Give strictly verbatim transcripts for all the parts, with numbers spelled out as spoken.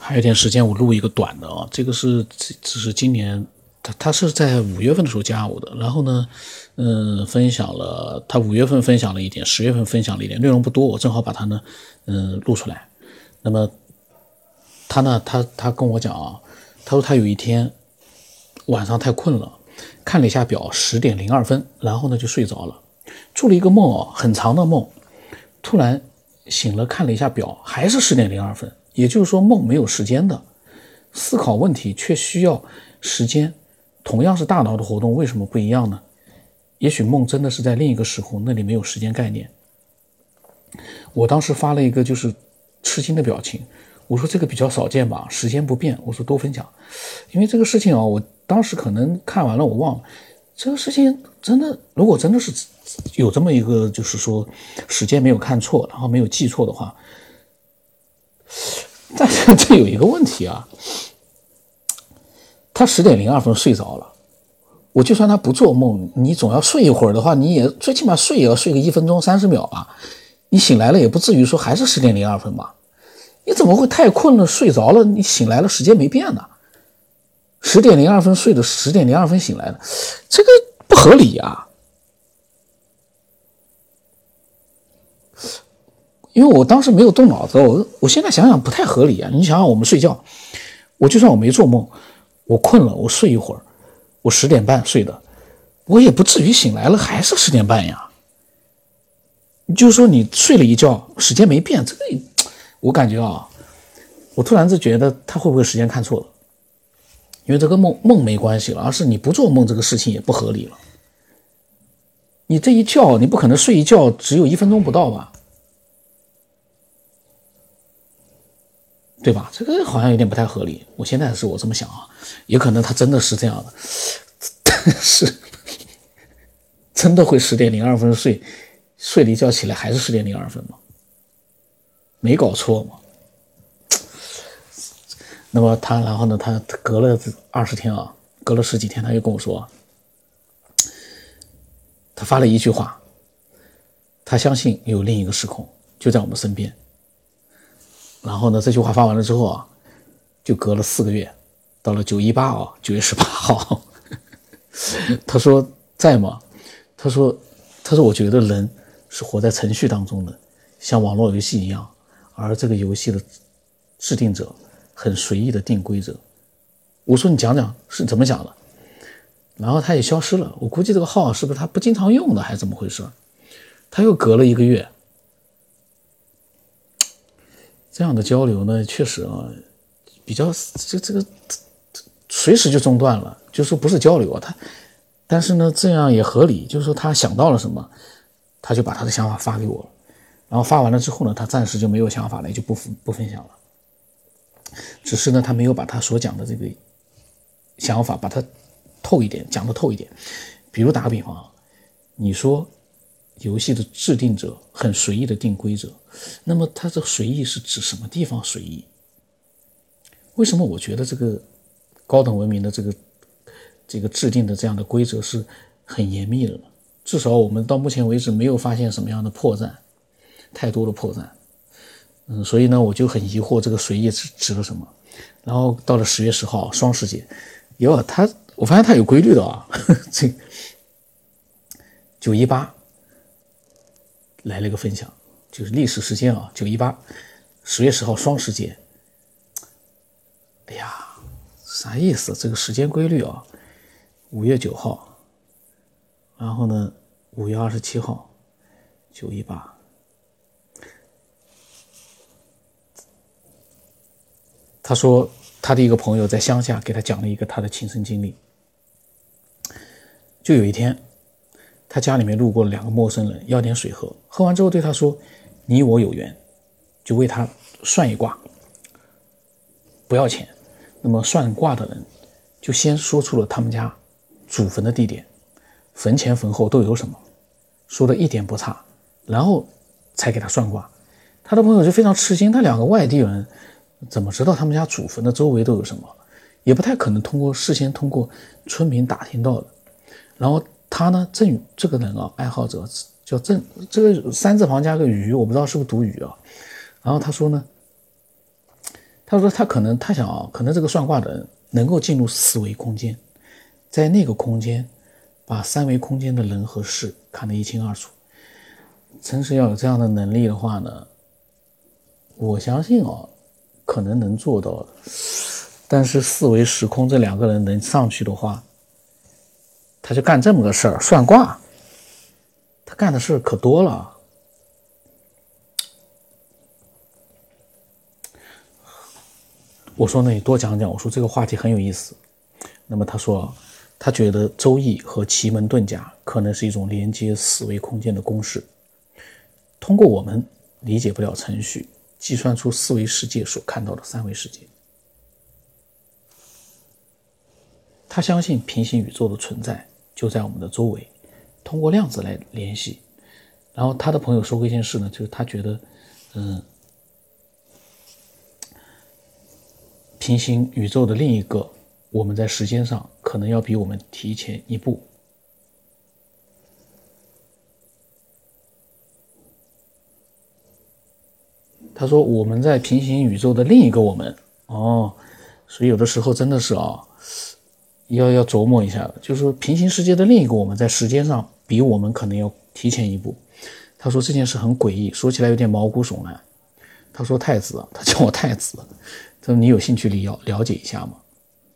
还有点时间，我录一个短的啊。这个是只是今年他他是在五月份的时候加我的，然后呢，嗯，分享了他五月份分享了一点，十月份分享了一点，内容不多，我正好把它呢，嗯，录出来。那么他呢，他他跟我讲啊，他说他有一天晚上太困了，看了一下表，十点零二分，然后呢就睡着了，做了一个梦哦，很长的梦，突然醒了，看了一下表，还是十点零二分。也就是说梦没有时间的，思考问题却需要时间，同样是大脑的活动，为什么不一样呢？也许梦真的是在另一个时空，那里没有时间概念。我当时发了一个就是吃惊的表情，我说这个比较少见吧，时间不变，我说多分享。因为这个事情啊，我当时可能看完了我忘了，这个事情真的如果真的是有这么一个就是说时间没有看错，然后没有记错的话，但是这有一个问题啊，他十点零二分睡着了，我就算他不做梦，你总要睡一会儿的话，你也最起码睡也要睡个一分钟三十秒吧，你醒来了也不至于说还是十点零二分吧？你怎么会太困了睡着了，你醒来了时间没变呢？十点零二分睡的，十点零二分醒来的，这个不合理啊！因为我当时没有动脑子，我我现在想想不太合理啊！你想想我们睡觉，我就算我没做梦，我困了，我睡一会儿，我十点半睡的，我也不至于醒来了还是十点半呀。就是说你睡了一觉，时间没变，这个我感觉啊，我突然就觉得他会不会时间看错了？因为这个梦梦没关系了，而是你不做梦这个事情也不合理了。你这一觉，你不可能睡一觉只有一分钟不到吧？对吧？这个好像有点不太合理。我现在是我这么想啊，也可能他真的是这样的，但是真的会十点零二分睡，睡了一觉起来还是十点零二分吗？没搞错吗？那么他，然后呢？他隔了二十天啊，隔了十几天，他又跟我说，他发了一句话，他相信有另一个时空就在我们身边。然后呢，这句话发完了之后啊，就隔了四个月，到了九一八啊，九月十八号，他说在吗？他说，他说我觉得人是活在程序当中的，像网络游戏一样，而这个游戏的制定者很随意的定规则。我说你讲讲是怎么讲的？然后他也消失了，我估计这个号是不是他不经常用的，还是怎么回事？他又隔了一个月。这样的交流呢，确实啊，比较这这个随时就中断了，就说不是交流啊，他，但是呢，这样也合理，就是说他想到了什么，他就把他的想法发给我了，然后发完了之后呢，他暂时就没有想法了，也就不不分享了。只是呢，他没有把他所讲的这个想法把它透一点，讲得透一点。比如打个比方啊，你说游戏的制定者很随意的定规则，那么他这随意是指什么地方随意？为什么我觉得这个高等文明的这个这个制定的这样的规则是很严密的呢？至少我们到目前为止没有发现什么样的破绽，太多的破绽。嗯，所以呢，我就很疑惑这个随意指指了什么。然后到了十月十号双十节，哟，他我发现他有规律的啊，这九一八来了一个分享，就是历史时间啊，九一八十月十号双十节。哎呀，啥意思？这个时间规律啊，五月九号，然后呢，五月二十七号，九一八。他说他的一个朋友在乡下给他讲了一个他的亲身经历。就有一天，他家里面路过了两个陌生人，要点水喝，喝完之后对他说：“你我有缘。”就为他算一卦，不要钱。那么算卦的人就先说出了他们家祖坟的地点，坟前坟后都有什么，说的一点不差，然后才给他算卦。他的朋友就非常吃惊，他两个外地人怎么知道他们家祖坟的周围都有什么？也不太可能通过事先通过村民打听到的。然后他呢，郑宇这个人啊，爱好者叫郑，这个三字旁加个宇，我不知道是不是读宇啊。然后他说呢，他他说他可能他想啊，可能这个算卦的人能够进入四维空间，在那个空间把三维空间的人和事看得一清二楚。真是要有这样的能力的话呢，我相信哦，可能能做到的。但是四维时空这两个人能上去的话，他就干这么个事儿，算卦，他干的事可多了。我说呢，你多讲讲，我说这个话题很有意思。那么他说，他觉得周易和奇门遁甲可能是一种连接四维空间的公式，通过我们理解不了程序，计算出四维世界所看到的三维世界。他相信平行宇宙的存在就在我们的周围，通过量子来联系。然后他的朋友说过一件事呢，就是他觉得嗯，平行宇宙的另一个我们在时间上可能要比我们提前一步。他说我们在平行宇宙的另一个我们哦，所以有的时候真的是啊，要要琢磨一下的，就是说平行世界的另一个我们在时间上比我们可能要提前一步。他说这件事很诡异，说起来有点毛骨悚然。他说太子，他叫我太子，他说你有兴趣了了解一下吗？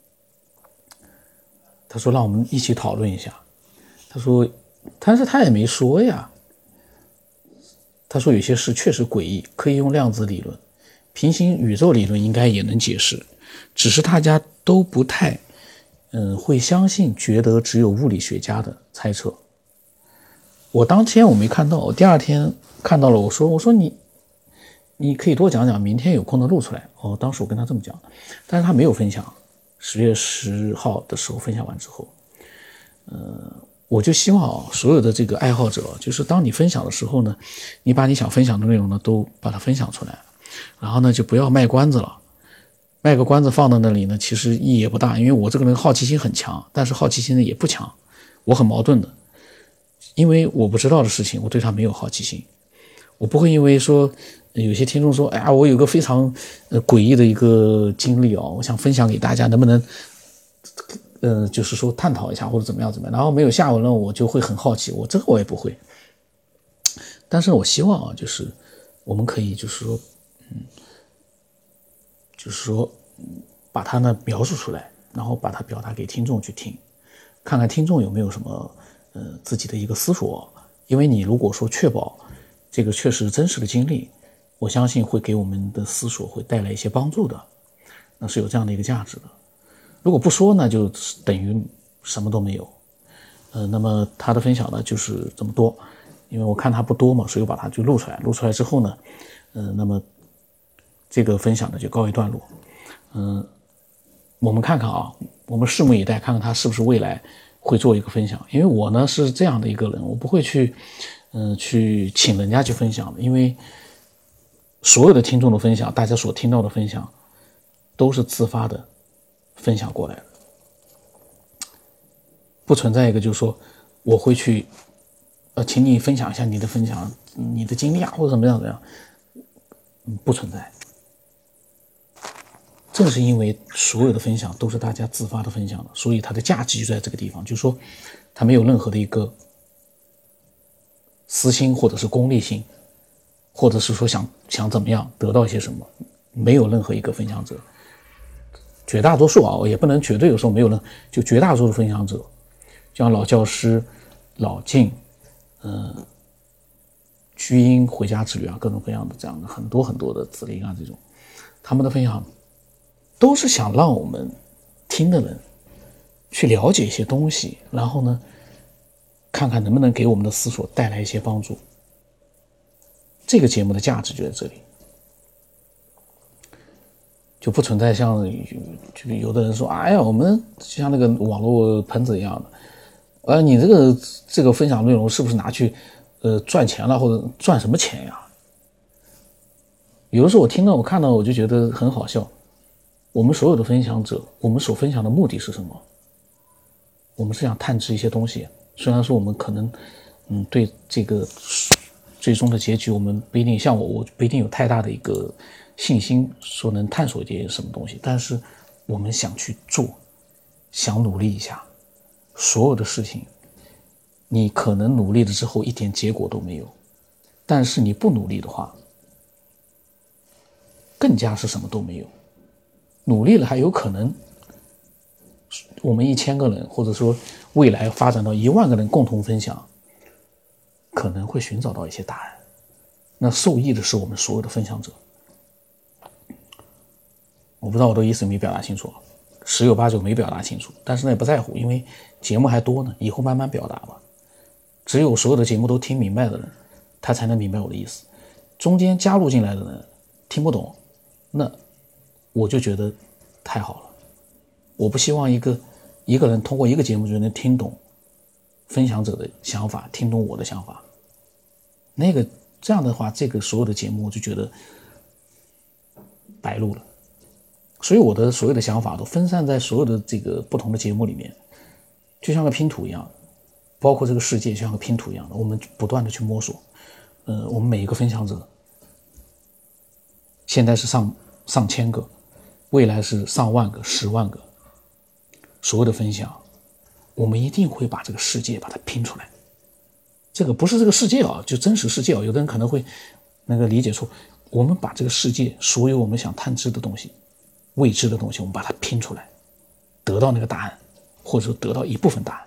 他说让我们一起讨论一下。他说但是他也没说呀。他说有些事确实诡异，可以用量子理论，平行宇宙理论应该也能解释，只是大家都不太嗯会相信，觉得只有物理学家的猜测。我当天我没看到，我第二天看到了，我说我说你你可以多讲讲，明天有空的录出来。哦，当时我跟他这么讲，但是他没有分享。十月十号的时候分享完之后，呃，我就希望啊，所有的这个爱好者，就是当你分享的时候呢，你把你想分享的内容呢都把它分享出来，然后呢就不要卖关子了。卖个关子放在那里呢，其实意义也不大，因为我这个人好奇心很强，但是好奇心呢也不强，我很矛盾的。因为我不知道的事情，我对它没有好奇心。我不会因为说有些听众说，哎呀，我有个非常呃诡异的一个经历哦，我想分享给大家，能不能呃就是说探讨一下或者怎么样怎么样，然后没有下文了，我就会很好奇，我这个我也不会。但是我希望啊，就是我们可以就是说嗯就是说把它呢描述出来，然后把它表达给听众去听，看看听众有没有什么呃自己的一个思索。因为你如果说确保这个确实真实的经历，我相信会给我们的思索会带来一些帮助的，那是有这样的一个价值的。如果不说呢，就等于什么都没有。呃，那么他的分享呢就是这么多，因为我看他不多嘛，所以我把它就录出来。录出来之后呢，呃，那么这个分享呢就告一段落。嗯、呃，我们看看啊，我们拭目以待，看看他是不是未来会做一个分享。因为我呢是这样的一个人，我不会去嗯、呃，去请人家去分享的，因为所有的听众的分享，大家所听到的分享都是自发的分享过来的，不存在一个就是说我会去呃，请你分享一下你的分享，你的经历啊，或者怎么样怎么样，嗯，不存在。正是因为所有的分享都是大家自发的分享的，所以它的价值就在这个地方，就是说它没有任何的一个私心或者是功利性，或者是说想想怎么样得到一些什么，没有任何一个分享者，绝大多数啊，也不能绝对有时候没有人，就绝大多数分享者，像老教师、老静、呃、居英回家之旅啊，各种各样的这样的很多很多的子灵啊，这种他们的分享都是想让我们听的人去了解一些东西，然后呢看看能不能给我们的思索带来一些帮助。这个节目的价值就在这里，就不存在像就有的人说，哎呀，我们像那个网络喷子一样的，呃，你这个这个分享内容是不是拿去呃赚钱了，或者赚什么钱呀？有的时候我听到我看到我就觉得很好笑。我们所有的分享者，我们所分享的目的是什么？我们是想探知一些东西，虽然说我们可能嗯对这个就最终的结局我们不一定，像我我不一定有太大的一个信心说能探索一些什么东西，但是我们想去做，想努力一下。所有的事情你可能努力了之后一点结果都没有，但是你不努力的话更加是什么都没有。努力了还有可能我们一千个人，或者说未来发展到一万个人共同分享，可能会寻找到一些答案，那受益的是我们所有的分享者。我不知道我的意思有没有表达清楚，十有八九没表达清楚，但是呢也不在乎，因为节目还多呢，以后慢慢表达吧。只有所有的节目都听明白的人，他才能明白我的意思。中间加入进来的人听不懂，那我就觉得太好了。我不希望一个一个人通过一个节目就能听懂分享者的想法，听懂我的想法。那个这样的话，这个所有的节目我就觉得白录了。所以我的所有的想法都分散在所有的这个不同的节目里面，就像个拼图一样，包括这个世界就像个拼图一样的，我们不断的去摸索。呃，我们每一个分享者现在是上上千个，未来是上万个、十万个，所有的分享，我们一定会把这个世界把它拼出来。这个不是这个世界啊，就真实世界啊，有的人可能会那个理解错。我们把这个世界所有我们想探知的东西、未知的东西，我们把它拼出来，得到那个答案，或者说得到一部分答案。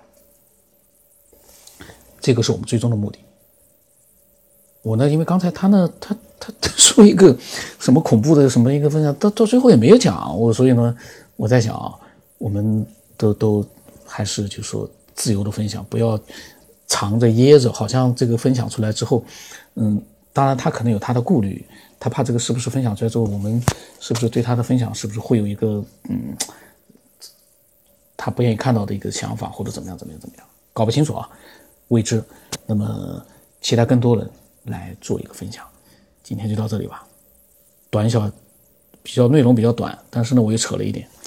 这个是我们最终的目的。我呢，因为刚才他呢，他他他说一个什么恐怖的什么一个分享，到到最后也没有讲，我所以呢，我在想啊，我们都都还是就说自由的分享，不要藏着掖着，好像这个分享出来之后，嗯，当然他可能有他的顾虑，他怕这个是不是分享出来之后，我们是不是对他的分享是不是会有一个嗯，他不愿意看到的一个想法，或者怎么样怎么样怎么样，搞不清楚啊，未知。那么期待更多人来做一个分享。今天就到这里吧，短小，比较内容比较短，但是呢我又扯了一点。